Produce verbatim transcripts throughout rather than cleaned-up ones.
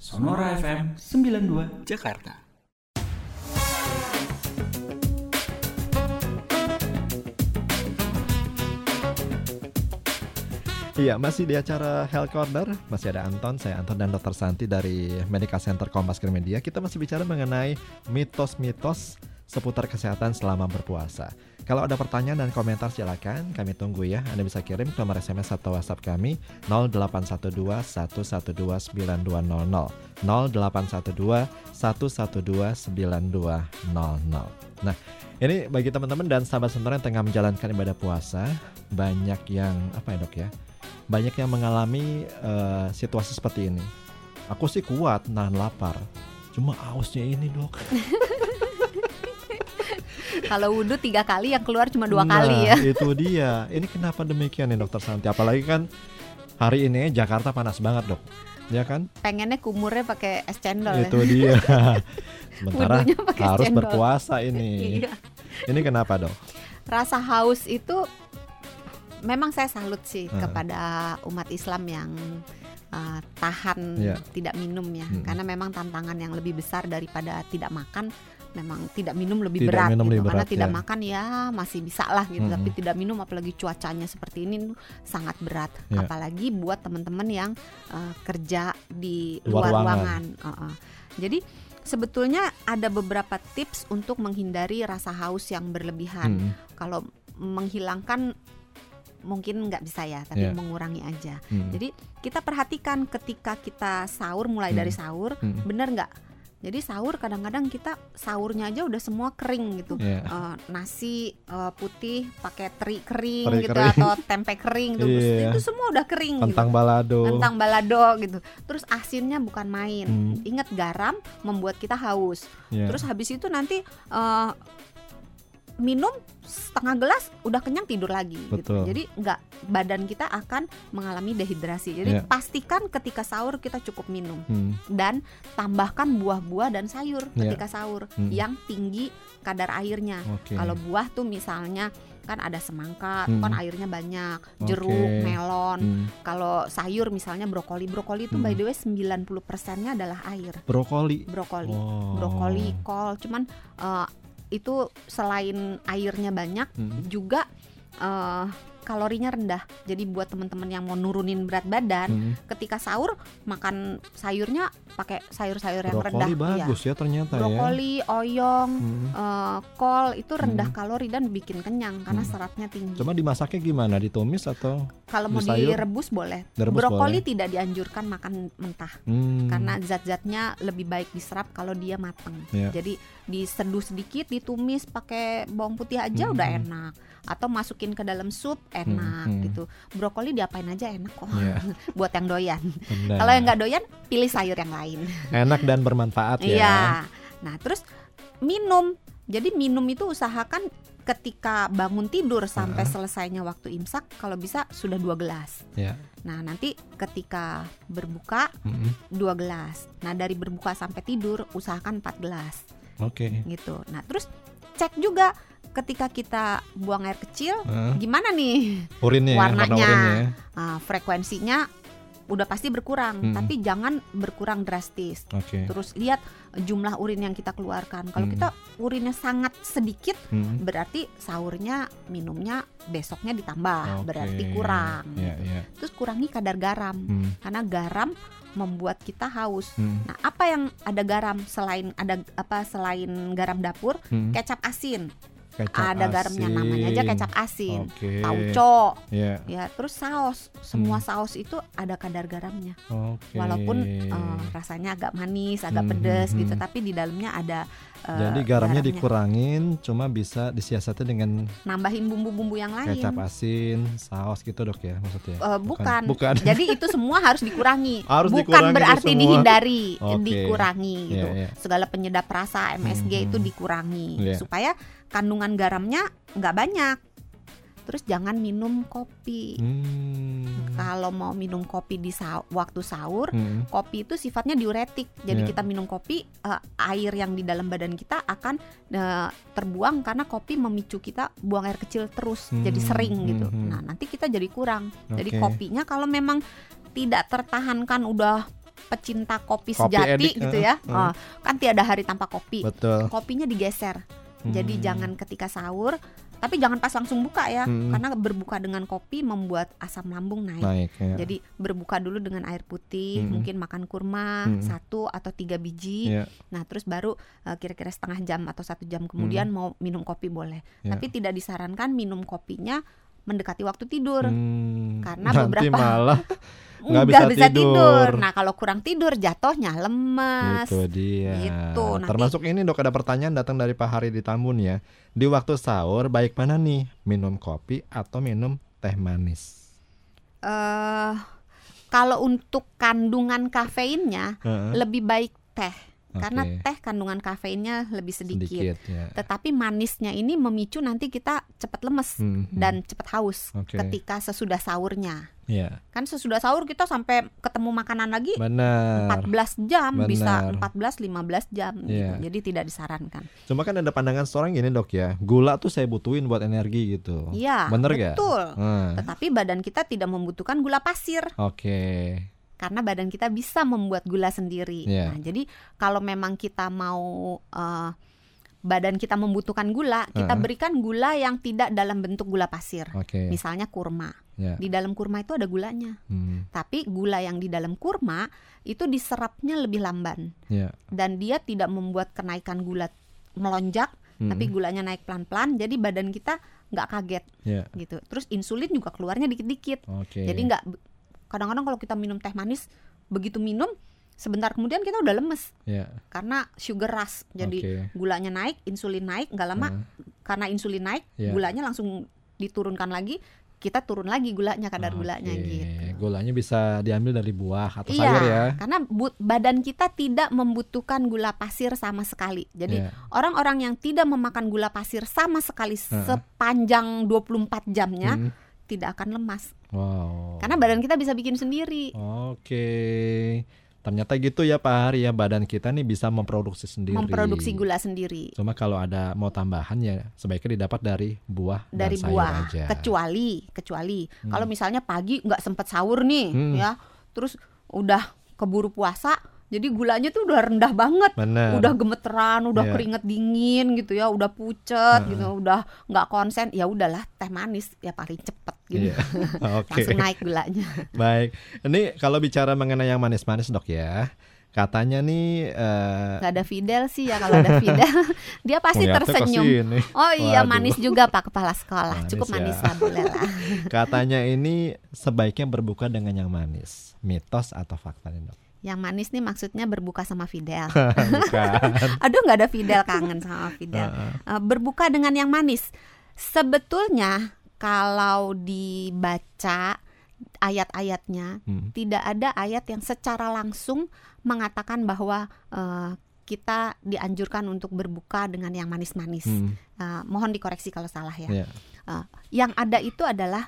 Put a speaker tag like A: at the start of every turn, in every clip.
A: Sonora F M sembilan puluh dua Jakarta.
B: Iya, masih di acara Health Corner. Masih ada Anton, saya Anton dan dokter Santi dari Medical Center Kompas Gramedia. Kita masih bicara mengenai mitos-mitos seputar kesehatan selama berpuasa. Kalau ada pertanyaan dan komentar silakan kami tunggu ya. Anda bisa kirim ke nomor S M S atau WhatsApp kami nol delapan satu dua satu satu dua sembilan dua nol nol nol delapan satu dua satu satu dua sembilan dua nol nol. Nah, ini bagi teman-teman dan sahabat Sonora yang tengah menjalankan ibadah puasa, banyak yang apa ya, Dok ya? Banyak yang mengalami uh, situasi seperti ini. Aku sih kuat nahan lapar, cuma ausnya ini, Dok.
C: Kalau wudhu tiga kali, yang keluar cuma dua
B: nah,
C: kali ya.
B: Itu dia. Ini kenapa demikian nih dokter Santi? Apalagi kan hari ini Jakarta panas banget, Dok. Ya kan?
C: Pengennya kumurnya pakai es cendol.
B: Itu
C: ya.
B: dia. Sementara harus
C: cendol.
B: Berpuasa ini.
C: Iya.
B: Ini kenapa, Dok?
C: Rasa haus itu memang saya salut sih
B: hmm.
C: kepada umat Islam yang uh, tahan
B: yeah.
C: tidak minum ya.
B: Hmm.
C: Karena memang tantangan yang lebih besar daripada tidak makan. Memang tidak minum lebih
B: tidak
C: berat
B: minum
C: gitu.
B: lebih
C: Karena
B: berat,
C: tidak
B: ya.
C: makan ya masih bisa lah gitu.
B: Hmm.
C: Tapi tidak minum apalagi cuacanya seperti ini sangat berat.
B: Yeah.
C: Apalagi buat teman-teman yang uh, kerja di
B: luar
C: luar
B: ruangan.
C: ruangan. Uh-uh. Jadi sebetulnya ada beberapa tips untuk menghindari rasa haus yang berlebihan.
B: Hmm.
C: Kalau menghilangkan mungkin nggak bisa ya, tapi
B: yeah.
C: mengurangi aja.
B: Hmm.
C: Jadi kita perhatikan ketika kita sahur, mulai
B: hmm.
C: dari sahur, hmm. benar nggak? Jadi sahur kadang-kadang kita sahurnya aja udah semua kering gitu.
B: Yeah.
C: Uh, nasi uh, putih pakai teri kering
B: teri
C: gitu
B: kering.
C: atau tempe kering gitu.
B: Yeah.
C: Itu semua udah kering.
B: Kentang
C: gitu.
B: balado.
C: Kentang balado gitu. Terus asinnya bukan main.
B: Hmm.
C: Ingat, garam membuat kita haus.
B: Yeah.
C: Terus habis itu nanti uh, minum setengah gelas udah kenyang tidur lagi gitu. Jadi nggak, badan kita akan mengalami dehidrasi. Jadi
B: yeah.
C: pastikan ketika sahur kita cukup minum
B: hmm.
C: dan tambahkan buah-buah dan sayur
B: yeah.
C: ketika sahur
B: hmm.
C: yang tinggi kadar airnya.
B: Okay.
C: Kalau buah tuh misalnya kan ada semangka,
B: hmm.
C: kan airnya banyak, jeruk,
B: okay.
C: melon.
B: Hmm.
C: Kalau sayur misalnya brokoli, brokoli itu hmm. by the way sembilan puluh persennya adalah air.
B: Brokoli.
C: Brokoli,
B: oh.
C: brokoli, kol, cuman uh, itu selain airnya banyak hmm. juga uh, kalorinya rendah. Jadi buat teman-teman yang mau nurunin berat badan, hmm. ketika sahur makan sayurnya pakai sayur-sayur yang rendah.
B: Brokoli bagus ya, ya ternyata.
C: Brokoli,
B: ya.
C: oyong, hmm. uh, kol itu rendah
B: hmm.
C: kalori dan bikin kenyang karena
B: hmm.
C: seratnya tinggi.
B: Cuma dimasaknya gimana? Ditumis atau?
C: Kalau mau
B: sayur?
C: direbus boleh.
B: Direbus
C: Brokoli
B: boleh.
C: Tidak dianjurkan makan mentah
B: hmm.
C: karena zat-zatnya lebih baik diserap kalau dia matang.
B: Yeah.
C: Jadi diseduh sedikit, ditumis pakai bawang putih aja hmm. udah enak. Atau masukin ke dalam sup enak hmm. gitu. Brokoli diapain aja enak kok. Yeah. Buat yang doyan. Kalau yang nggak doyan, pilih sayur yang lain.
B: Enak dan bermanfaat ya.
C: Iya. Nah terus minum. Jadi minum itu usahakan ketika bangun tidur sampai uh-huh. selesainya waktu imsak, kalau bisa sudah dua gelas.
B: Yeah.
C: Nah nanti ketika berbuka
B: mm-hmm.
C: dua gelas. Nah dari berbuka sampai tidur usahakan empat gelas.
B: Oke. Okay.
C: Gitu. Nah terus cek juga ketika kita buang air kecil, uh. gimana nih
B: urinnya,
C: warnanya,
B: urinnya.
C: Uh, frekuensinya udah pasti berkurang, hmm. tapi jangan berkurang drastis.
B: Okay.
C: Terus lihat jumlah urin yang kita keluarkan. Kalau hmm. kita urinnya sangat sedikit, hmm. berarti sahurnya, minumnya besoknya ditambah, okay. berarti kurang.
B: Yeah, yeah.
C: Terus kurangi kadar garam, hmm. karena garam membuat kita haus. Hmm. Nah, apa yang ada garam selain ada apa selain garam dapur? Hmm. Kecap asin.
B: Kecap
C: ada
B: asin.
C: Garamnya namanya aja kecap asin,
B: okay.
C: tauco,
B: yeah.
C: ya terus saus, semua hmm. saus itu ada kadar garamnya, okay. walaupun uh, rasanya agak manis, agak hmm. pedas hmm. gitu, tapi di dalamnya ada. Uh,
B: Jadi garamnya, garamnya dikurangin, cuma bisa disiasati dengan
C: nambahin bumbu-bumbu yang lain.
B: Kecap asin, saus gitu dok ya maksudnya?
C: Uh, bukan.
B: bukan.
C: Jadi itu semua harus dikurangi.
B: harus
C: bukan
B: dikurangi
C: berarti dihindari,
B: okay.
C: dikurangi gitu.
B: Yeah, yeah.
C: Segala penyedap rasa M S G hmm. itu dikurangi yeah. supaya kandungan garamnya nggak banyak. Terus jangan minum kopi. Hmm. Kalau mau minum kopi di sa- waktu sahur, hmm. kopi itu sifatnya diuretik. Jadi yeah. kita minum kopi, uh, air yang di dalam badan kita akan uh, terbuang karena kopi memicu kita buang air kecil terus, hmm. jadi sering gitu. Hmm. Nah nanti kita jadi kurang. Okay. Jadi kopinya kalau memang tidak tertahankan udah pecinta kopi,
B: Kopi
C: sejati
B: edik,
C: gitu
B: uh,
C: ya,
B: uh.
C: oh, kan tiada hari tanpa kopi.
B: Betul.
C: Kopinya digeser.
B: Hmm.
C: Jadi jangan ketika sahur, tapi jangan pas langsung buka ya,
B: hmm.
C: karena berbuka dengan kopi membuat asam lambung naik.
B: Naik, ya.
C: Jadi berbuka dulu dengan air putih,
B: hmm.
C: mungkin makan kurma hmm. satu atau tiga biji.
B: Yeah.
C: Nah terus baru uh, kira-kira setengah jam atau satu jam kemudian hmm. mau minum kopi boleh. Yeah. Tapi tidak disarankan minum kopinya mendekati waktu tidur, hmm. karena
B: nanti
C: beberapa
B: malah nggak
C: bisa,
B: bisa
C: tidur.
B: tidur.
C: Nah kalau kurang tidur jatuhnya lemas.
B: Itu dia.
C: Gitu. Nanti,
B: termasuk ini Dok, ada pertanyaan datang dari Pak Hari di Tambun ya. Di waktu sahur baik mana nih, minum kopi atau minum teh manis?
C: Uh, kalau untuk kandungan kafeinnya uh-uh. lebih baik teh. Karena okay. teh kandungan kafeinnya lebih sedikit, sedikit ya. Tetapi manisnya ini memicu nanti kita cepat lemes hmm, hmm. dan cepat haus okay. ketika sesudah sahurnya.
B: Yeah.
C: Kan sesudah sahur kita sampai ketemu makanan lagi
B: Bener.
C: empat belas jam,
B: Bener.
C: bisa empat belas lima belas jam
B: yeah.
C: gitu. Jadi tidak disarankan.
B: Cuma kan ada pandangan seorang gini Dok ya, gula tuh saya butuhin buat energi gitu.
C: Iya,
B: bener
C: betul.
B: Gak? Hmm.
C: Tetapi badan kita tidak membutuhkan gula pasir.
B: Oke. Okay.
C: Karena badan kita bisa membuat gula sendiri. Yeah. Nah, jadi kalau memang kita mau uh, badan kita membutuhkan gula, kita uh-huh. berikan gula yang tidak dalam bentuk gula pasir.
B: Okay.
C: Misalnya kurma.
B: Yeah.
C: Di dalam kurma itu ada gulanya.
B: Hmm.
C: Tapi gula yang di dalam kurma itu diserapnya lebih lamban.
B: Yeah.
C: Dan dia tidak membuat kenaikan gula melonjak, hmm. tapi gulanya naik pelan-pelan. Jadi badan kita nggak kaget.
B: Yeah.
C: Gitu. Terus insulin juga keluarnya dikit-dikit.
B: Okay.
C: Jadi nggak. Kadang-kadang kalau kita minum teh manis, begitu minum sebentar kemudian kita udah lemes,
B: yeah.
C: karena sugar rush, jadi okay. gulanya naik, insulin naik, nggak lama uh. karena insulin naik, yeah. gulanya langsung diturunkan lagi, kita turun lagi gulanya, kadar okay. gulanya gitu.
B: Gulanya bisa diambil dari buah atau
C: iya,
B: sayur ya?
C: Karena bu- badan kita tidak membutuhkan gula pasir sama sekali. Jadi yeah. orang-orang yang tidak memakan gula pasir sama sekali uh. sepanjang dua puluh empat jamnya. Hmm. tidak akan lemas.
B: Wow.
C: Karena badan kita bisa bikin sendiri.
B: Oke. Ternyata gitu ya Pak Hari ya, badan kita nih bisa memproduksi sendiri.
C: Memproduksi gula sendiri.
B: Cuma kalau ada mau tambahan ya sebaiknya didapat dari buah
C: dari
B: dan sayur
C: buah.
B: aja. Kecuali,
C: kecuali hmm. kalau misalnya pagi nggak sempet sahur nih, hmm. ya, terus udah keburu puasa. Jadi gulanya tuh udah rendah banget,
B: Bener.
C: udah gemeteran, udah yeah. keringet dingin gitu ya, udah pucet uh-uh. gitu, udah nggak konsen, ya udahlah teh manis ya paling cepet gitu, yeah. okay. langsung naik gulanya.
B: Baik, ini kalau bicara mengenai yang manis-manis Dok ya, katanya nih uh...
C: gak ada Fidel sih ya, kalau ada Fidel dia pasti tersenyum. Oh iya, Waduh. Manis juga Pak Kepala Sekolah, manis cukup ya. Manis lah boleh lah.
B: Katanya ini sebaiknya berbuka dengan yang manis, mitos atau fakta nih Dok?
C: Yang manis nih maksudnya berbuka sama Fidel. Aduh nggak ada Fidel, kangen sama Fidel. Uh, berbuka dengan yang manis. Sebetulnya kalau dibaca ayat-ayatnya, hmm. tidak ada ayat yang secara langsung mengatakan bahwa uh, kita dianjurkan untuk berbuka dengan yang manis-manis. Hmm. Uh, mohon dikoreksi kalau salah ya. Yeah. Uh, yang ada itu adalah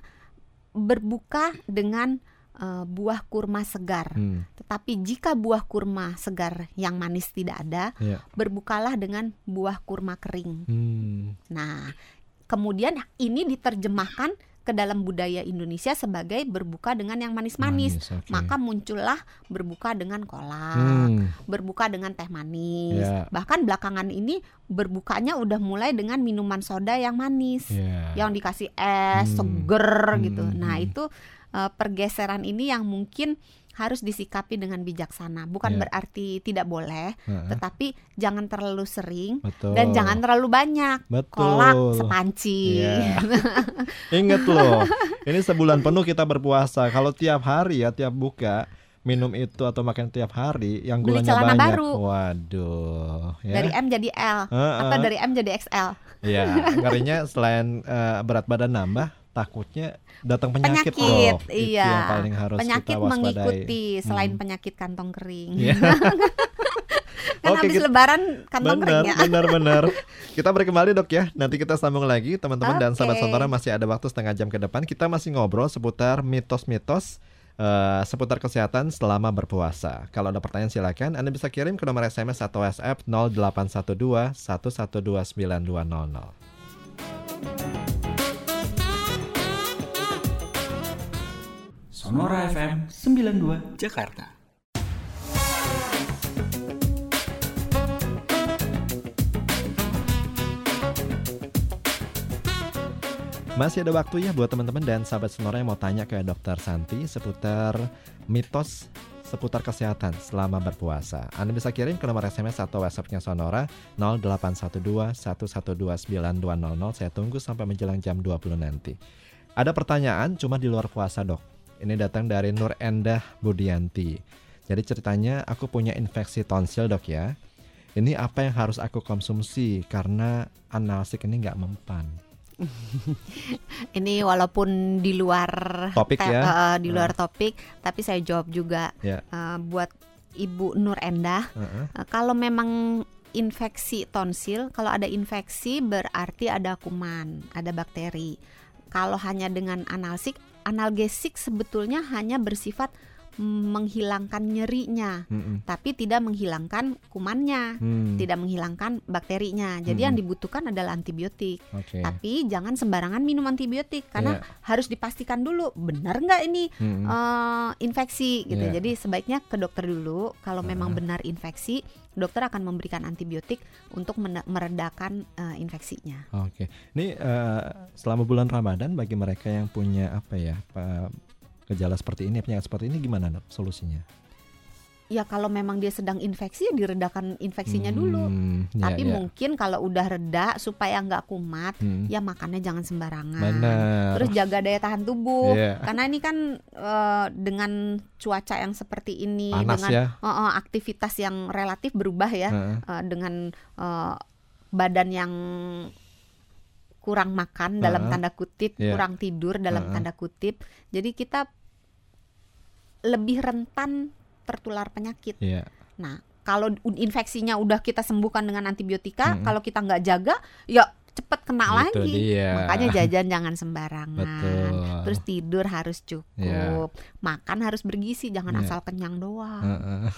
C: berbuka dengan Uh, buah kurma segar. Hmm. Tetapi jika buah kurma segar yang manis tidak ada, yeah. berbukalah dengan buah kurma kering. Hmm. Nah, kemudian ini diterjemahkan ke dalam budaya Indonesia sebagai berbuka dengan yang manis-manis. Manis, okay. Maka muncullah berbuka dengan kolak, hmm. berbuka dengan teh manis. Yeah. Bahkan belakangan ini berbukanya udah mulai dengan minuman soda yang manis, yeah. yang dikasih es, hmm. seger hmm. gitu. Nah, itu Uh, pergeseran ini yang mungkin harus disikapi dengan bijaksana. Bukan yeah. berarti tidak boleh, uh-huh. tetapi jangan terlalu sering. Betul. Dan jangan terlalu banyak.
B: Betul.
C: Kolak sepanci.
B: Yeah. Ingat loh, ini sebulan penuh kita berpuasa. Kalau tiap hari ya, tiap buka minum itu atau makan tiap hari yang gulanya banyak.
C: Baru.
B: Waduh. Ya.
C: Dari M jadi L, uh-uh. atau dari M jadi X L.
B: Iya, ngerinya selain uh, berat badan nambah, takutnya datang penyakit,
C: penyakit
B: loh.
C: Iya.
B: Itu yang paling harus
C: penyakit
B: kita waspadai.
C: Mengikuti selain hmm. penyakit kantong kering. Yeah. Kan
B: Oke,
C: habis
B: kita,
C: lebaran kantong
B: benar,
C: kering ya.
B: Benar-benar. Kita break kembali Dok ya. Nanti kita sambung lagi teman-teman. Okay. Dan sahabat Sonora, masih ada waktu setengah jam ke depan. Kita masih ngobrol seputar mitos-mitos uh, seputar kesehatan selama berpuasa. Kalau ada pertanyaan silakan Anda bisa kirim ke nomor S M S atau WhatsApp nol delapan satu dua satu satu dua sembilan dua nol nol.
A: Sonora F M sembilan puluh dua Jakarta.
B: Masih ada waktu ya buat teman-teman dan sahabat Sonora yang mau tanya ke Dokter Santi seputar mitos seputar kesehatan selama berpuasa. Anda bisa kirim ke nomor S M S atau WhatsApp-nya Sonora nol delapan satu dua satu satu dua sembilan dua nol nol. Saya tunggu sampai menjelang jam dua puluh nanti. Ada pertanyaan cuma di luar puasa, Dok. Ini datang dari Nur Endah Budianti. Jadi ceritanya, aku punya infeksi tonsil, Dok ya. Ini apa yang harus aku konsumsi karena analsik ini nggak mempan.
C: Ini walaupun di luar
B: topik
C: te-
B: ya,
C: uh, di luar
B: uh.
C: topik, tapi saya jawab juga
B: yeah.
C: uh, buat Ibu Nur Endah. Uh-uh. Uh, kalau memang infeksi tonsil, kalau ada infeksi berarti ada kuman, ada bakteri. Kalau hanya dengan analsik, analgesik sebetulnya hanya bersifat menghilangkan nyerinya, mm-mm. tapi tidak menghilangkan kumannya, mm. tidak menghilangkan bakterinya. Jadi mm. yang dibutuhkan adalah antibiotik. Okay. Tapi jangan sembarangan minum antibiotik karena yeah. harus dipastikan dulu benar nggak ini mm. uh, infeksi gitu. Yeah. Jadi sebaiknya ke dokter dulu. Kalau uh. memang benar infeksi, dokter akan memberikan antibiotik untuk meredakan uh, infeksinya.
B: Oke, okay. Ini uh, selama bulan Ramadan bagi mereka yang punya apa ya? Pak, gejala seperti ini, penyakit seperti ini gimana, Dok, solusinya?
C: Ya kalau memang dia sedang infeksi ya diredakan infeksinya hmm, dulu. Ya, Tapi ya. mungkin kalau udah reda supaya nggak kumat, hmm. ya makannya jangan sembarangan. Bener. Terus jaga daya tahan tubuh. Yeah. Karena ini kan uh, dengan cuaca yang seperti ini,
B: panas
C: dengan
B: ya.
C: uh, uh, aktivitas yang relatif berubah ya, uh-uh. uh, dengan uh, badan yang kurang makan dalam uh-huh. tanda kutip, yeah. kurang tidur dalam uh-huh. tanda kutip. Jadi kita lebih rentan tertular penyakit. Yeah. Nah, kalau infeksinya udah kita sembuhkan dengan antibiotika, mm-hmm. kalau kita nggak jaga, ya cepat kena itu lagi. Dia. Makanya jajan jangan sembarangan. Betul. Terus tidur harus cukup, yeah. makan harus bergizi, jangan yeah. asal kenyang doang. Uh-uh.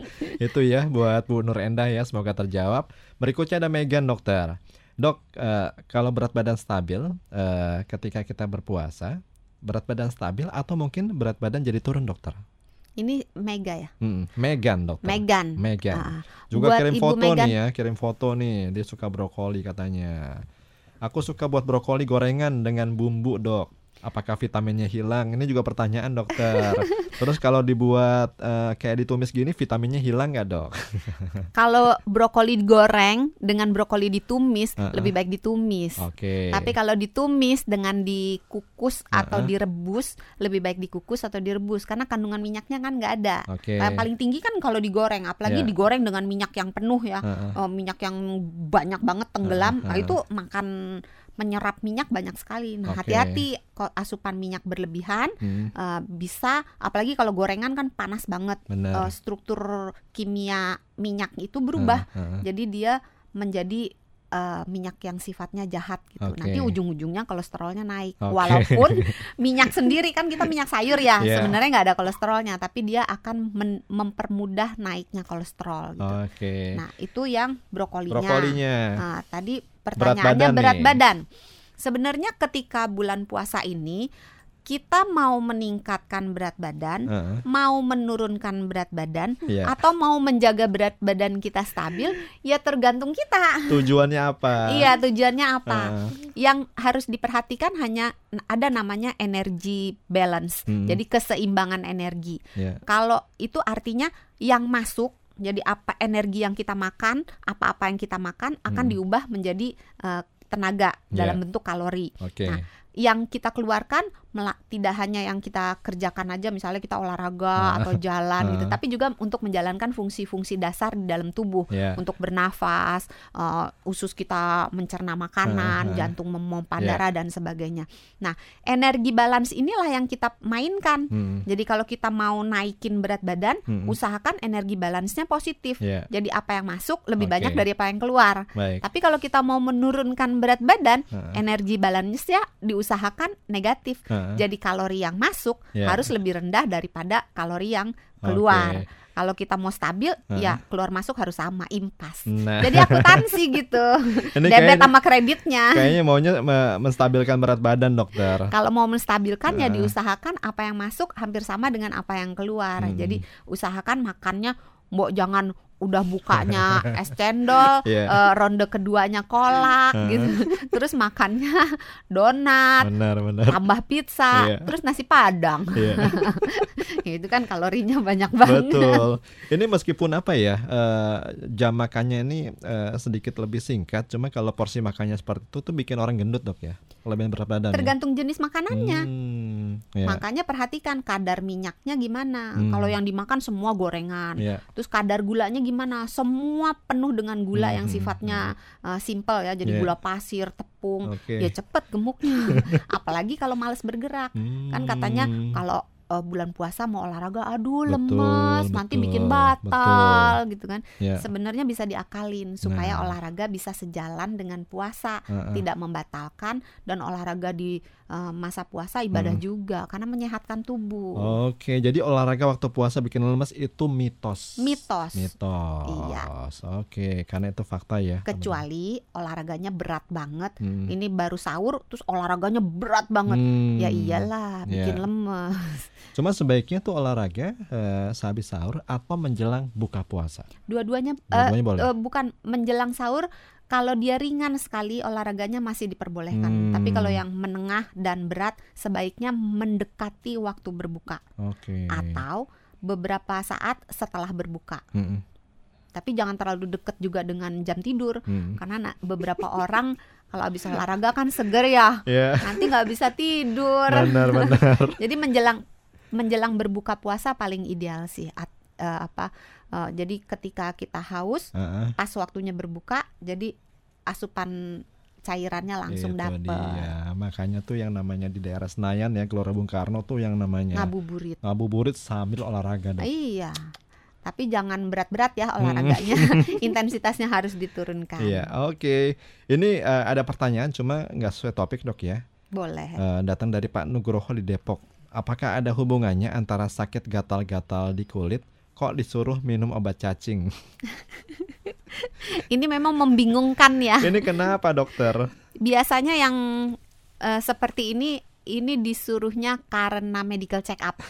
B: Itu ya buat Bu Nur Endah ya, semoga terjawab. Berikutnya ada Megan, dokter. Dok, uh, kalau berat badan stabil uh, ketika kita berpuasa, berat badan stabil atau mungkin berat badan jadi turun, dokter?
C: Ini Mega ya?
B: Hmm, Megan, dokter.
C: Megan.
B: Megan.
C: Uh,
B: Juga kirim Ibu foto Megan. nih ya, kirim foto nih. Dia suka brokoli katanya. Aku suka buat brokoli gorengan dengan bumbu, Dok. Apakah vitaminnya hilang? Ini juga pertanyaan, dokter. Terus kalau dibuat uh, kayak ditumis gini, vitaminnya hilang nggak, Dok?
C: Kalau brokoli digoreng dengan brokoli ditumis, uh-uh. lebih baik ditumis.
B: Oke. Okay.
C: Tapi kalau ditumis dengan dikukus uh-uh. atau direbus, lebih baik dikukus atau direbus karena kandungan minyaknya kan nggak ada.
B: Okay.
C: Nah, paling tinggi kan kalau digoreng, apalagi yeah. digoreng dengan minyak yang penuh ya, uh-uh. uh, minyak yang banyak banget tenggelam, uh-uh. nah, itu makan menyerap minyak banyak sekali. Nah, okay. hati-hati kalau asupan minyak berlebihan hmm. uh, bisa, apalagi kalau gorengan kan panas banget. Uh, struktur kimia minyak itu berubah. Uh, uh. Jadi dia menjadi uh, minyak yang sifatnya jahat gitu. Okay. Nanti ujung-ujungnya kolesterolnya naik. Okay. Walaupun minyak sendiri kan kita minyak sayur ya, yeah. sebenarnya nggak ada kolesterolnya, tapi dia akan men- mempermudah naiknya kolesterol gitu. Okay. Nah, itu yang brokolinya.
B: Brokolinya.
C: Nah, tadi pertanyaannya berat badan, berat badan. Sebenarnya ketika bulan puasa ini kita mau meningkatkan berat badan, uh-uh. mau menurunkan berat badan, yeah. atau mau menjaga berat badan kita stabil, ya tergantung kita.
B: Tujuannya apa?
C: Iya, tujuannya apa? Uh. Yang harus diperhatikan hanya ada namanya energy balance, hmm. jadi keseimbangan energi. Yeah. Kalau itu artinya yang masuk, jadi apa energi yang kita makan, apa-apa yang kita makan akan hmm. diubah menjadi uh, tenaga yeah. dalam bentuk kalori. Okay. Nah, yang kita keluarkan melak, tidak hanya yang kita kerjakan aja, misalnya kita olahraga uh, atau jalan uh, gitu, tapi juga untuk menjalankan fungsi-fungsi dasar di dalam tubuh, yeah. untuk bernafas, uh, usus kita mencerna makanan, uh, uh, jantung memompa yeah. darah dan sebagainya. Nah, energi balance inilah yang kita mainkan. Hmm. Jadi kalau kita mau naikin berat badan, hmm. usahakan energi balance-nya positif. Yeah. Jadi apa yang masuk lebih okay. banyak dari apa yang keluar. Baik. Tapi kalau kita mau menurunkan berat badan, uh, energi balance-nya diusahakan negatif. Uh, Jadi kalori yang masuk yeah. harus lebih rendah daripada kalori yang keluar. Okay. Kalau kita mau stabil, uh-huh. ya keluar masuk harus sama, impas. Nah. Jadi akuntansi gitu. Debit sama kreditnya.
B: Kayaknya maunya menstabilkan berat badan, dokter.
C: Kalau mau menstabilkan uh. ya diusahakan apa yang masuk hampir sama dengan apa yang keluar. Hmm. Jadi usahakan makannya, mbok jangan udah bukanya es cendol, yeah. uh, ronde keduanya kolak uh. gitu, terus makannya donat, benar, benar. tambah pizza, yeah. terus nasi padang, yeah. itu kan kalorinya banyak banget.
B: Betul. Ini meskipun apa ya uh, jam makannya ini uh, sedikit lebih singkat, cuma kalau porsi makannya seperti itu tuh bikin orang gendut dok ya, kelebihan berat badan.
C: Tergantung
B: ya?
C: jenis makanannya. Hmm, yeah. Makanya perhatikan kadar minyaknya gimana. Hmm. Kalau yang dimakan semua gorengan, yeah. terus kadar gulanya gimana? Gimana semua penuh dengan gula hmm, yang sifatnya uh, simple ya, jadi yeah. gula pasir, tepung, okay. ya cepet gemuknya. Apalagi kalau malas bergerak, hmm. kan katanya kalau uh, bulan puasa mau olahraga, aduh betul, lemes, betul, nanti bikin batal, betul. gitu kan. Yeah. Sebenarnya bisa diakalin supaya nah. olahraga bisa sejalan dengan puasa, uh-uh. tidak membatalkan, dan olahraga di uh, masa puasa ibadah hmm. juga karena menyehatkan tubuh.
B: Oke, jadi olahraga waktu puasa bikin lemes itu mitos.
C: Mitos.
B: Mitos.
C: Iya.
B: Oke, karena itu fakta ya.
C: Kecuali teman-teman. olahraganya berat banget. Hmm. Ini baru sahur terus olahraganya berat banget. Hmm. Ya iyalah, bikin yeah. lemes.
B: Cuma sebaiknya tuh olahraga uh, sehabis sahur atau menjelang buka puasa.
C: Dua-duanya,
B: Dua-duanya
C: uh,
B: boleh.
C: Uh, bukan menjelang sahur. Kalau dia ringan sekali olahraganya masih diperbolehkan. Hmm. Tapi kalau yang menengah dan berat sebaiknya mendekati waktu berbuka.
B: Okay.
C: Atau beberapa saat setelah berbuka. Hmm. Tapi jangan terlalu dekat juga dengan jam tidur. Hmm. Karena beberapa orang kalau habis olahraga kan seger ya. Yeah. Nanti nggak bisa tidur.
B: Benar-benar.
C: Jadi menjelang menjelang berbuka puasa paling ideal sih. At, uh, apa? Uh, jadi ketika kita haus, uh-uh. pas waktunya berbuka, jadi asupan cairannya langsung dapat.
B: Makanya tuh yang namanya di daerah Senayan ya, Gelora Bung Karno tuh yang namanya
C: ngabuburit.
B: Ngabuburit sambil olahraga. Dok.
C: Iya. Tapi jangan berat-berat ya olahraganya, intensitasnya harus diturunkan.
B: Iya, oke. Okay. Ini uh, ada pertanyaan, cuma nggak sesuai topik dok ya.
C: Boleh.
B: Uh, datang dari Pak Nugroho di Depok. Apakah ada hubungannya antara sakit gatal-gatal di kulit kok disuruh minum obat cacing?
C: Ini memang membingungkan ya.
B: Ini kenapa dokter?
C: Biasanya yang uh, seperti ini ini disuruhnya karena medical check up.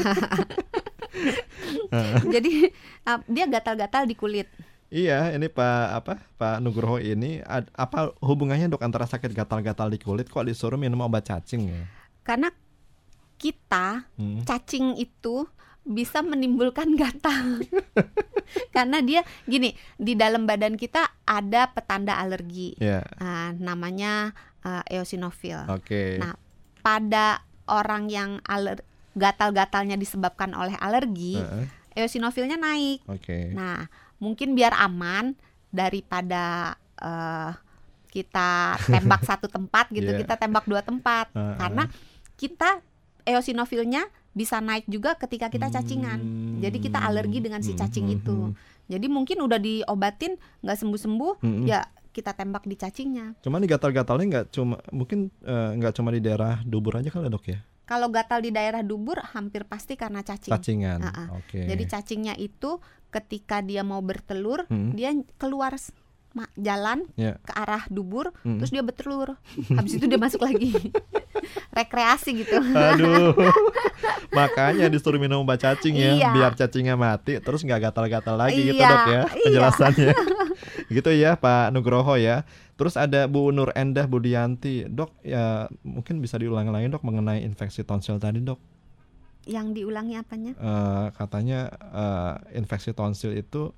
C: Jadi uh, dia gatal-gatal di kulit.
B: Iya, ini Pak apa Pak Nugroho ini ad, apa hubungannya dok antara sakit gatal-gatal di kulit kok disuruh minum obat cacing ya?
C: Karena kita hmm. cacing itu bisa menimbulkan gatal. Karena dia gini, di dalam badan kita ada petanda alergi. Yeah. Nah, namanya uh, eosinofil.
B: Okay.
C: Nah, pada orang yang aler- gatal-gatalnya disebabkan oleh alergi, uh-uh. eosinofilnya naik.
B: Okay.
C: Nah, mungkin biar aman daripada uh, kita tembak satu tempat gitu, yeah. kita tembak dua tempat. Uh-uh. Karena kita eosinofilnya bisa naik juga ketika kita cacingan. Hmm. Jadi kita alergi dengan si cacing hmm. itu. Jadi mungkin udah diobatin nggak sembuh-sembuh, hmm. ya kita tembak di cacingnya.
B: Cuman di gatal-gatalnya nggak cuma mungkin nggak uh, cuma di daerah dubur aja kali dok ya?
C: Kalau gatal di daerah dubur hampir pasti karena cacing.
B: Cacingan.
C: Uh-uh.
B: Oke.
C: Jadi cacingnya itu ketika dia mau bertelur, hmm. dia keluar ma- jalan yeah. ke arah dubur, hmm. terus dia bertelur. Habis itu dia masuk lagi. Rekreasi gitu.
B: Aduh. Makanya disuruh minum obat cacing ya, iya. biar cacingnya mati terus nggak gatal-gatal lagi iya, gitu dok ya penjelasannya. Iya. Gitu ya Pak Nugroho ya. Terus ada Bu Nur Endah Budianti, dok ya mungkin bisa diulang-ulangi dok mengenai infeksi tonsil tadi dok.
C: Yang diulangi apanya?
B: Uh, katanya uh, infeksi tonsil itu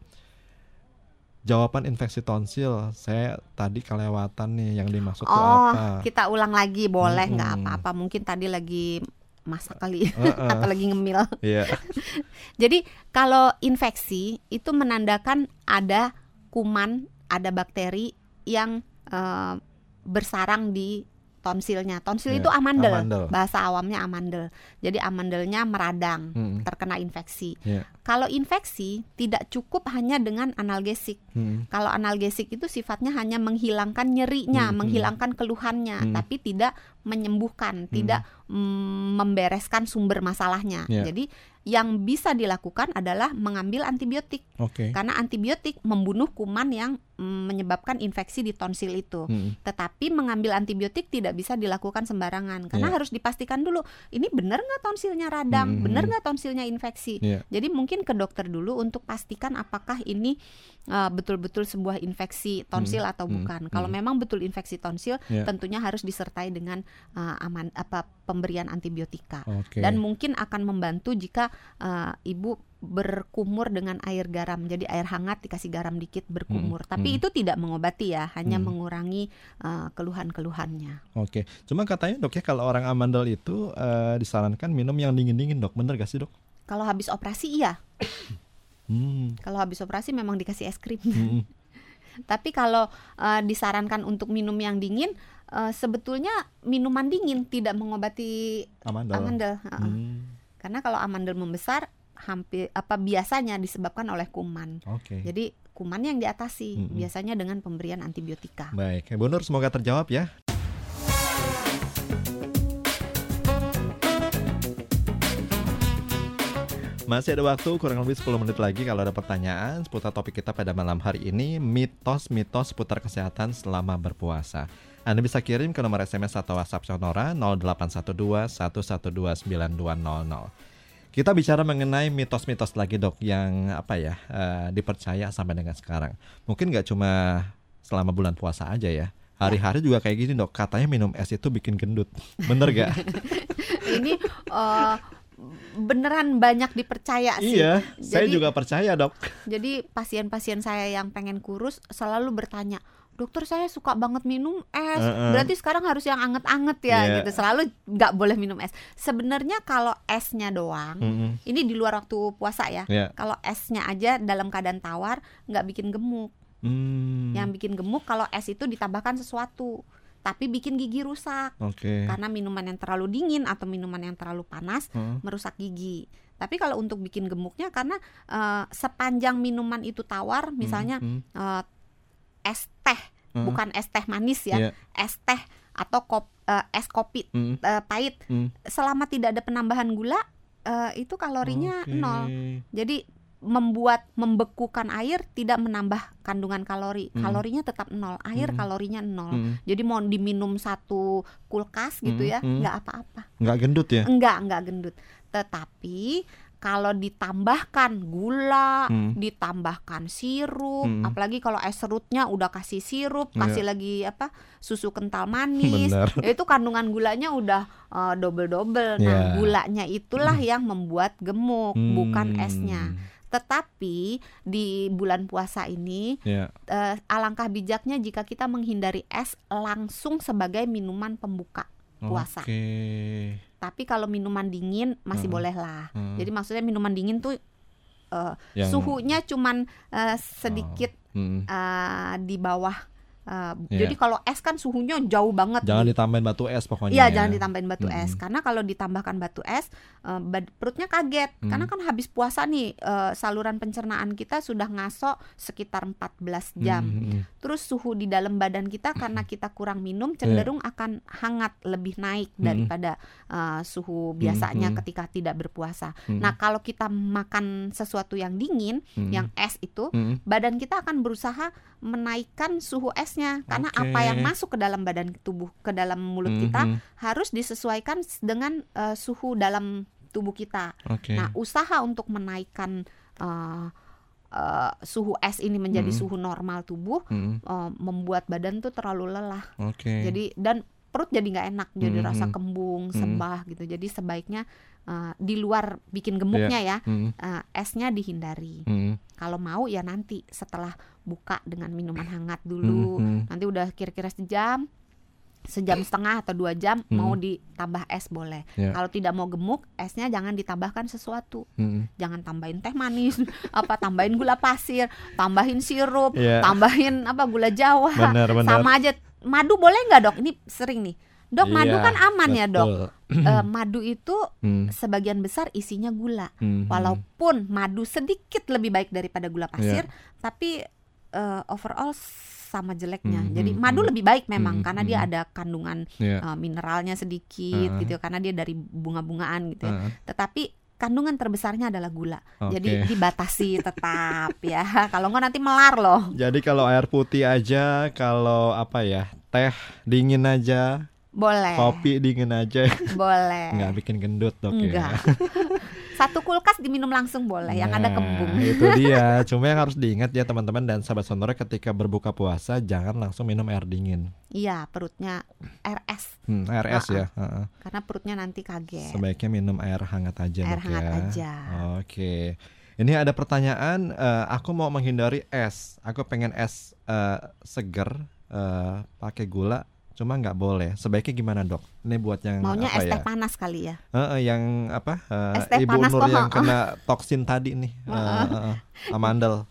B: jawaban infeksi tonsil saya tadi kelewatan nih yang dimaksud itu
C: oh,
B: apa?
C: Kita ulang lagi boleh nggak hmm. apa-apa, mungkin tadi lagi masak kali uh-uh. atau lagi ngemil.
B: Yeah.
C: Jadi kalau infeksi itu menandakan ada kuman, ada bakteri yang uh, bersarang di tonsilnya. Tonsil yeah. itu amandel. amandel, bahasa awamnya amandel. Jadi amandelnya meradang, hmm. terkena infeksi. Yeah. Kalau infeksi tidak cukup hanya dengan analgesik. Hmm. Kalau analgesik itu sifatnya hanya menghilangkan nyerinya, hmm. menghilangkan keluhannya, hmm. tapi tidak menyembuhkan, hmm. tidak mm, membereskan sumber masalahnya. Yeah. Jadi yang bisa dilakukan adalah mengambil antibiotik.
B: Okay.
C: Karena antibiotik membunuh kuman yang menyebabkan infeksi di tonsil itu.
B: Hmm.
C: Tetapi mengambil antibiotik tidak bisa dilakukan sembarangan karena yeah. harus dipastikan dulu ini benar nggak tonsilnya radang, hmm. benar nggak tonsilnya infeksi. Yeah. Jadi mungkin ke dokter dulu untuk pastikan apakah ini uh, betul-betul sebuah infeksi tonsil hmm. atau bukan. Hmm. Kalau hmm. memang betul infeksi tonsil, yeah. tentunya harus disertai dengan uh, aman apa pemberian antibiotika. Okay. Dan mungkin akan membantu jika uh, ibu berkumur dengan air garam, jadi air hangat dikasih garam dikit berkumur. Hmm, Tapi hmm. itu tidak mengobati ya, hanya hmm. mengurangi uh, keluhan-keluhannya.
B: Oke, cuma katanya dok ya kalau orang amandel itu uh, disarankan minum yang dingin-dingin dok, bener gak sih dok?
C: Kalau habis operasi iya.
B: hmm.
C: Kalau habis operasi memang dikasih es krim.
B: Hmm.
C: Tapi kalau uh, disarankan untuk minum yang dingin, uh, sebetulnya minuman dingin tidak mengobati amandel. amandel. Uh-uh. Hmm. Karena kalau amandel membesar hampir apa biasanya disebabkan oleh kuman.
B: Okay.
C: Jadi kuman yang diatasi mm-hmm. biasanya dengan pemberian antibiotika.
B: Baik, Bu Nur semoga terjawab ya. Masih ada waktu kurang lebih sepuluh menit lagi kalau ada pertanyaan seputar topik kita pada malam hari ini, mitos-mitos seputar kesehatan selama berpuasa. Anda bisa kirim ke nomor S M S atau WhatsApp Sonora nol delapan satu dua satu satu dua sembilan dua nol nol. Kita bicara mengenai mitos-mitos lagi dok yang apa ya uh, dipercaya sampai dengan sekarang. Mungkin nggak cuma selama bulan puasa aja ya. Hari-hari juga kayak gini dok. Katanya minum es itu bikin gendut. Bener gak?
C: Ini uh, beneran banyak dipercaya sih.
B: Iya,
C: jadi,
B: saya juga percaya dok.
C: Jadi pasien-pasien saya yang pengen kurus selalu bertanya, dokter saya suka banget minum es, uh-uh. berarti sekarang harus yang anget-anget ya yeah. gitu. Selalu nggak boleh minum es. Sebenarnya kalau esnya doang, uh-uh. ini di luar waktu puasa ya. Yeah. Kalau esnya aja dalam keadaan tawar nggak bikin gemuk.
B: Hmm.
C: Yang bikin gemuk kalau es itu ditambahkan sesuatu, tapi bikin gigi rusak.
B: Okay.
C: Karena minuman yang terlalu dingin atau minuman yang terlalu panas uh. merusak gigi. Tapi kalau untuk bikin gemuknya karena uh, sepanjang minuman itu tawar, misalnya uh-huh. uh, es teh, hmm. bukan es teh manis ya, yeah. es teh atau kop, uh, es kopi hmm. uh, pahit, hmm. selama tidak ada penambahan gula, uh, itu kalorinya okay. nol. Jadi membuat membekukan air tidak menambah kandungan kalori, hmm. kalorinya tetap nol, air hmm. kalorinya nol. Hmm. Jadi mau diminum satu kulkas gitu
B: hmm.
C: ya,
B: hmm.
C: nggak apa-apa.
B: Nggak gendut ya?
C: Nggak, nggak gendut. Tetapi kalau ditambahkan gula, hmm. ditambahkan sirup, hmm. apalagi kalau es serutnya udah kasih sirup, kasih yeah. lagi apa susu kental manis, ya itu kandungan gulanya udah uh, double-double. Nah, yeah. gulanya itulah hmm. yang membuat gemuk, hmm. bukan esnya. Tetapi di bulan puasa ini yeah. uh, alangkah bijaknya jika kita menghindari es langsung sebagai minuman pembuka puasa.
B: Okay.
C: Tapi kalau minuman dingin masih hmm. boleh lah. Hmm. Jadi maksudnya minuman dingin tuh uh,
B: Yang...
C: suhunya cuman uh, sedikit
B: oh. hmm.
C: uh, di bawah. Uh,
B: yeah.
C: Jadi kalau es kan suhunya jauh banget.
B: Jangan nih. ditambahin batu es pokoknya.
C: Iya,
B: ya.
C: jangan ditambahin batu
B: hmm.
C: es. Karena kalau ditambahkan batu es, uh, bad- perutnya kaget. Hmm. Karena kan habis puasa nih, uh, saluran pencernaan kita sudah ngaso sekitar empat belas jam. Hmm. Terus suhu di dalam badan kita karena kita kurang minum cenderung yeah. akan hangat, lebih naik hmm. daripada uh, suhu biasanya hmm. ketika tidak berpuasa. Hmm. Nah, kalau kita makan sesuatu yang dingin, hmm. yang es itu, hmm. badan kita akan berusaha menaikkan suhu esnya karena okay. apa yang masuk ke dalam badan tubuh, ke dalam mulut mm-hmm. kita harus disesuaikan dengan uh, suhu dalam tubuh kita.
B: Okay.
C: Nah, usaha untuk menaikkan uh, uh, suhu es ini menjadi mm-hmm. suhu normal tubuh mm-hmm. uh, membuat badan tuh terlalu lelah.
B: Okay.
C: Jadi dan perut jadi nggak enak, jadi
B: mm-hmm.
C: rasa kembung, sembah mm-hmm. gitu. Jadi sebaiknya uh, di luar bikin gemuknya yeah. ya, mm-hmm. uh, esnya dihindari. Mm-hmm. Kalau mau ya nanti setelah buka dengan minuman hangat dulu, mm-hmm. nanti udah kira-kira sejam, sejam setengah atau dua jam mm-hmm. mau ditambah es boleh. Yeah. Kalau tidak mau gemuk, esnya jangan ditambahkan sesuatu, mm-hmm. jangan tambahin teh manis, apa tambahin gula pasir, tambahin sirup, yeah. tambahin apa gula Jawa,
B: bener, bener.
C: sama aja. Madu boleh nggak dok? Ini sering nih. Dok, madu
B: iya,
C: kan aman betul. ya dok. uh, Madu itu
B: hmm.
C: sebagian besar isinya gula.
B: hmm.
C: Walaupun madu sedikit lebih baik daripada gula pasir, yeah. tapi uh, overall sama jeleknya. hmm. Jadi madu lebih baik memang hmm. karena dia ada kandungan yeah. uh, mineralnya sedikit uh. gitu. Karena dia dari bunga-bungan gitu ya. uh. Tetapi kandungan terbesarnya adalah gula.
B: Oke.
C: Jadi dibatasi tetap ya. Kalau nggak nanti melar loh.
B: Jadi kalau air putih aja, kalau apa ya, teh dingin aja,
C: boleh.
B: Kopi dingin aja.
C: Boleh.
B: Nggak bikin gendut dok
C: Enggak.
B: ya.
C: Satu kulkas diminum langsung boleh, yang ada kembung.
B: Nah, itu dia. Cuma yang harus diingat ya teman-teman dan sahabat Sonora, ketika berbuka puasa jangan langsung minum air dingin.
C: Iya, perutnya air es.
B: Hmm, air es
C: uh-uh.
B: ya. Uh-uh.
C: Karena perutnya nanti kaget.
B: Sebaiknya minum air hangat aja.
C: Air
B: dok,
C: hangat
B: ya.
C: aja.
B: Oke. Ini ada pertanyaan. Uh, aku mau menghindari es. Aku pengen es uh, seger uh, pakai gula. Cuma nggak boleh. Sebaiknya gimana dok? Ini buat yang
C: maunya
B: apa
C: es teh
B: ya?
C: panas kali ya?
B: Uh, uh, yang apa? Uh,
C: Es teh
B: Ibu
C: panas
B: Nur
C: kok,
B: yang
C: uh.
B: kena toksin tadi nih. Uh, uh, uh, amandel.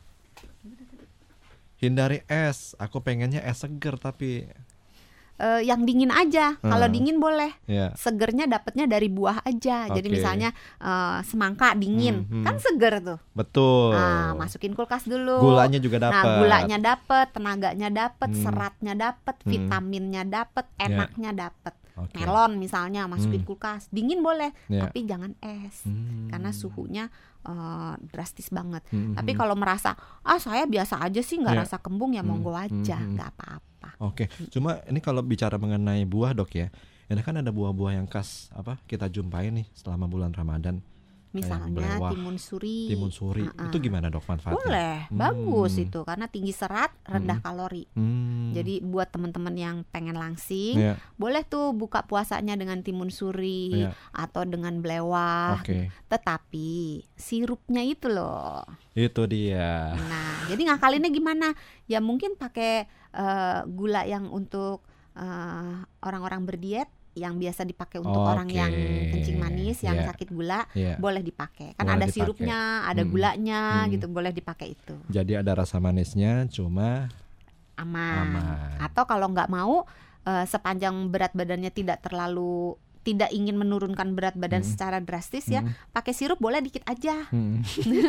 B: Hindari es. Aku pengennya es seger tapi.
C: Uh, yang dingin aja. Kalau
B: Hmm.
C: dingin boleh.
B: Yeah.
C: Segernya dapatnya dari buah aja. Jadi
B: Oke.
C: misalnya uh, semangka dingin,
B: Hmm, hmm.
C: kan seger tuh.
B: Betul.
C: Nah, masukin kulkas dulu.
B: Gulanya juga dapat.
C: Nah, gulanya dapet, tenaganya dapet,
B: Hmm.
C: seratnya dapet,
B: Hmm.
C: vitaminnya dapet,
B: Ya.
C: enaknya dapet.
B: Oke.
C: Melon misalnya masukin
B: Hmm.
C: kulkas, dingin boleh,
B: Ya.
C: tapi jangan es.
B: Hmm.
C: Karena suhunya uh, drastis banget.
B: Hmm,
C: Tapi
B: hmm.
C: kalau merasa ah saya biasa aja sih nggak
B: Ya.
C: rasa kembung ya
B: Hmm,
C: monggo aja,
B: hmm, hmm.
C: nggak apa-apa.
B: Oke, cuma ini kalau bicara mengenai buah dok ya, ini kan ada buah-buah yang khas apa kita jumpai nih selama bulan Ramadan.
C: Misalnya
B: belewah,
C: timun suri.
B: Timun suri,
C: Uh-uh.
B: itu gimana dok manfaatnya?
C: Boleh,
B: Hmm.
C: bagus itu karena tinggi serat, rendah
B: Hmm.
C: kalori.
B: Hmm.
C: Jadi buat teman-teman yang pengen langsing,
B: Ya,
C: boleh tuh buka puasanya dengan timun suri
B: ya.
C: atau dengan belewah.
B: Oke,
C: Tetapi sirupnya itu loh.
B: itu dia.
C: Nah, jadi ngakalinnya gimana? Ya mungkin pakai eh, gula yang untuk eh, orang-orang berdiet, yang biasa dipakai untuk orang
B: Oke.
C: yang kencing manis, yang
B: Ya.
C: sakit gula,
B: Ya.
C: boleh dipakai. Kan
B: Boleh
C: ada
B: dipakai.
C: sirupnya, ada
B: Hmm.
C: gulanya,
B: Hmm.
C: gitu, boleh dipakai itu.
B: Jadi ada rasa manisnya, cuma
C: Aman.
B: Aman.
C: Atau kalau nggak mau, eh, sepanjang berat badannya tidak terlalu tidak ingin menurunkan berat badan
B: Hmm.
C: secara drastis ya,
B: Hmm.
C: pakai sirup boleh dikit aja.
B: Hmm.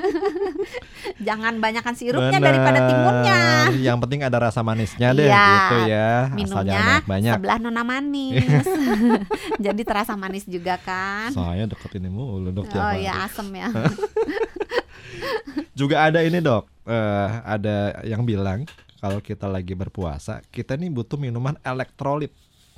C: Jangan banyakan sirupnya
B: Bener.
C: daripada timunnya.
B: Yang penting ada rasa manisnya deh,
C: Iya.
B: gitu ya. Asal
C: Minumnya
B: jangan banyak.
C: sebelah nona manis. Jadi terasa manis juga kan.
B: Saya deket ini mulu dok.
C: Oh
B: tiap hari.
C: ya asem ya.
B: Juga ada ini dok, eh, ada yang bilang kalau kita lagi berpuasa, kita nih butuh minuman elektrolit.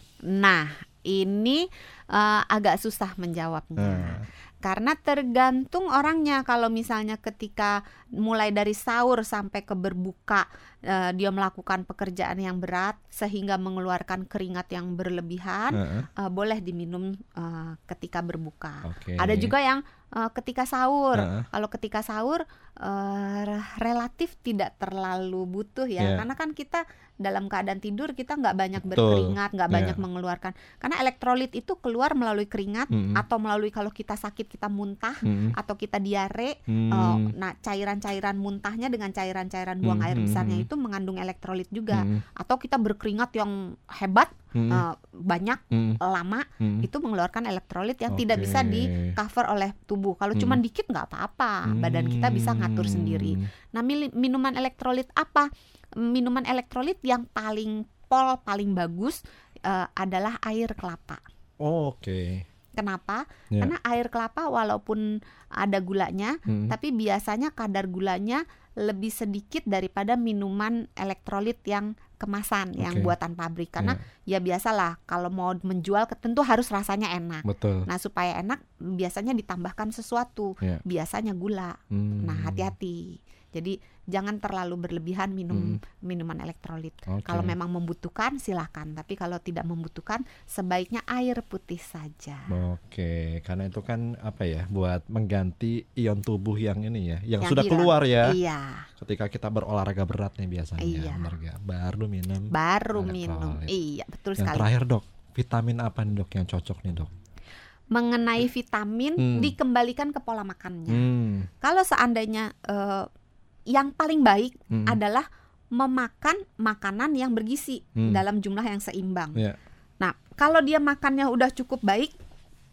C: Nah ini eh, agak susah menjawabnya.
B: Hmm.
C: Karena tergantung orangnya. Kalau misalnya ketika mulai dari sahur sampai ke berbuka, eh, dia melakukan pekerjaan yang berat sehingga mengeluarkan keringat yang berlebihan,
B: Heeh.
C: eh, boleh diminum eh, ketika berbuka.
B: Oke.
C: Ada juga yang eh, ketika sahur.
B: Heeh.
C: Kalau ketika sahur eh, relatif tidak terlalu butuh ya,
B: Yeah.
C: karena kan kita dalam keadaan tidur kita nggak banyak
B: Betul.
C: berkeringat, nggak banyak
B: Yeah.
C: mengeluarkan. Karena elektrolit itu keluar melalui keringat
B: Mm-mm.
C: atau melalui kalau kita sakit kita muntah
B: Mm-mm.
C: atau kita diare.
B: Hmm.
C: eh, nah cairan-cairan muntahnya dengan cairan-cairan buang
B: Hmm,
C: air
B: hmm,
C: besarnya
B: hmm.
C: itu mengandung elektrolit juga.
B: Mm-mm.
C: Atau kita berkeringat yang hebat,
B: Mm-mm.
C: eh, banyak,
B: Mm-mm.
C: lama,
B: Mm-mm.
C: itu mengeluarkan elektrolit yang tidak bisa
B: Oke.
C: di cover oleh tubuh. Kalau
B: Hmm.
C: cuma dikit nggak apa-apa, badan kita bisa ngatur sendiri.
B: Hmm.
C: Nah, mili- minuman elektrolit apa? Minuman elektrolit yang paling pol, paling bagus eh, adalah air kelapa.
B: Oh, Oke.
C: Kenapa?
B: Ya.
C: Karena air kelapa walaupun ada gulanya,
B: Hmm.
C: tapi biasanya kadar gulanya lebih sedikit daripada minuman elektrolit yang kemasan, yang
B: Oke.
C: buatan pabrik. Karena ya biasalah kalau mau menjual tentu harus rasanya enak.
B: Betul.
C: Nah, supaya enak biasanya ditambahkan sesuatu,
B: Ya.
C: biasanya gula.
B: Hmm.
C: Nah, hati-hati. Jadi jangan terlalu berlebihan minum
B: Hmm.
C: minuman elektrolit.
B: Oke.
C: Kalau memang membutuhkan silakan, tapi kalau tidak membutuhkan sebaiknya air putih saja.
B: Oke, karena itu kan apa ya, buat mengganti ion tubuh yang ini ya, yang,
C: Yang
B: sudah
C: hilang.
B: keluar ya.
C: Iya,
B: Ketika kita berolahraga berat nih biasanya,
C: Iya.
B: bener gak? Baru minum.
C: baru
B: Elektrolit.
C: minum. Iya, betul
B: Yang
C: sekali.
B: terakhir dok, vitamin apa nih dok yang cocok nih dok?
C: Mengenai vitamin
B: Hmm.
C: dikembalikan ke pola makannya.
B: Hmm.
C: Kalau seandainya eh, yang paling baik
B: Hmm.
C: adalah memakan makanan yang bergizi
B: Hmm.
C: dalam jumlah yang seimbang.
B: Ya.
C: Nah, kalau dia makannya udah cukup baik,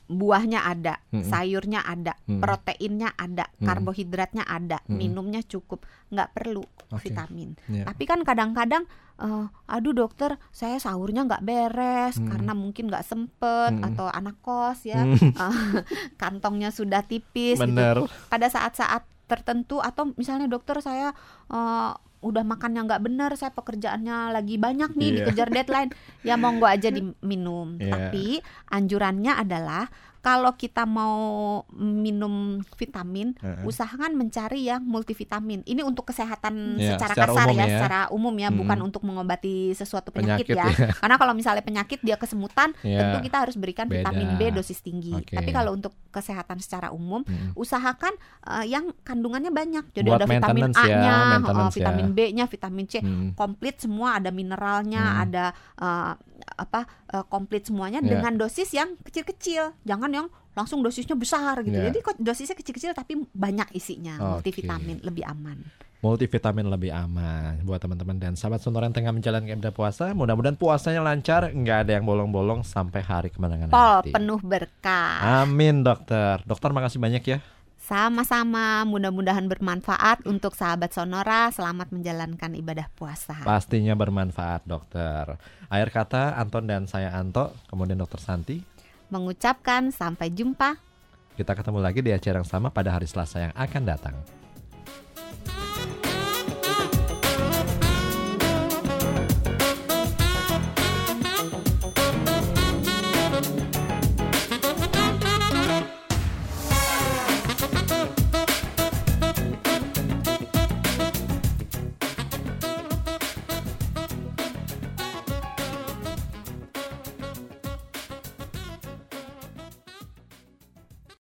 C: buahnya ada,
B: Mm-mm.
C: sayurnya ada,
B: Mm-mm.
C: proteinnya ada,
B: Mm-mm.
C: karbohidratnya ada,
B: Mm-mm.
C: minumnya cukup, nggak perlu
B: Oke.
C: vitamin.
B: Yeah.
C: Tapi kan kadang-kadang, uh, aduh dokter, saya sahurnya nggak beres
B: Mm.
C: karena mungkin nggak sempet
B: Mm.
C: atau anak kos ya,
B: Mm.
C: uh, kantongnya sudah tipis.
B: Bener.
C: Gitu. Pada saat-saat tertentu atau misalnya dokter saya uh, udah makannya nggak benar, saya pekerjaannya lagi banyak nih,
B: Iya.
C: dikejar deadline, ya monggo aja diminum.
B: Iya.
C: Tapi anjurannya adalah kalau kita mau minum vitamin,
B: Uh-uh.
C: usahakan mencari yang multivitamin. Ini untuk kesehatan
B: Iya,
C: secara,
B: secara
C: kasar
B: umum
C: ya,
B: ya.
C: secara umum ya,
B: Mm-mm.
C: bukan untuk mengobati sesuatu penyakit,
B: Penyakit,
C: ya.
B: ya.
C: Karena kalau misalnya penyakit dia kesemutan,
B: Iya.
C: tentu kita harus berikan
B: Beda.
C: vitamin B dosis tinggi.
B: Oke.
C: Tapi kalau untuk kesehatan secara umum,
B: Mm-mm.
C: usahakan uh, yang kandungannya banyak. Jadi
B: Buat
C: ada vitamin
B: maintenance ya,
C: A-nya,
B: maintenance
C: uh, vitamin
B: ya.
C: B-nya, vitamin C,
B: Mm.
C: komplit semua, ada mineralnya,
B: Hmm.
C: ada uh, apa uh, komplit semuanya
B: Yeah.
C: dengan dosis yang kecil-kecil. Jangan yang langsung dosisnya besar gitu.
B: Yeah.
C: Jadi kok dosisnya kecil-kecil tapi banyak isinya.
B: Oke.
C: Multivitamin lebih aman.
B: Multivitamin lebih aman buat teman-teman dan sahabat Sonora yang tengah menjalankan ibadah puasa. Mudah-mudahan puasanya lancar, nggak ada yang bolong-bolong sampai hari kemenangan
C: Pol
B: nanti.
C: penuh berkah.
B: Amin dokter. Dokter makasih banyak ya.
C: Sama-sama, mudah-mudahan bermanfaat untuk sahabat Sonora. Selamat menjalankan ibadah puasa.
B: Pastinya bermanfaat dokter. Akhir kata Anton dan saya Anto, kemudian dokter Santi.
C: Mengucapkan sampai jumpa.
B: Kita ketemu lagi di acara yang sama pada hari Selasa yang akan datang.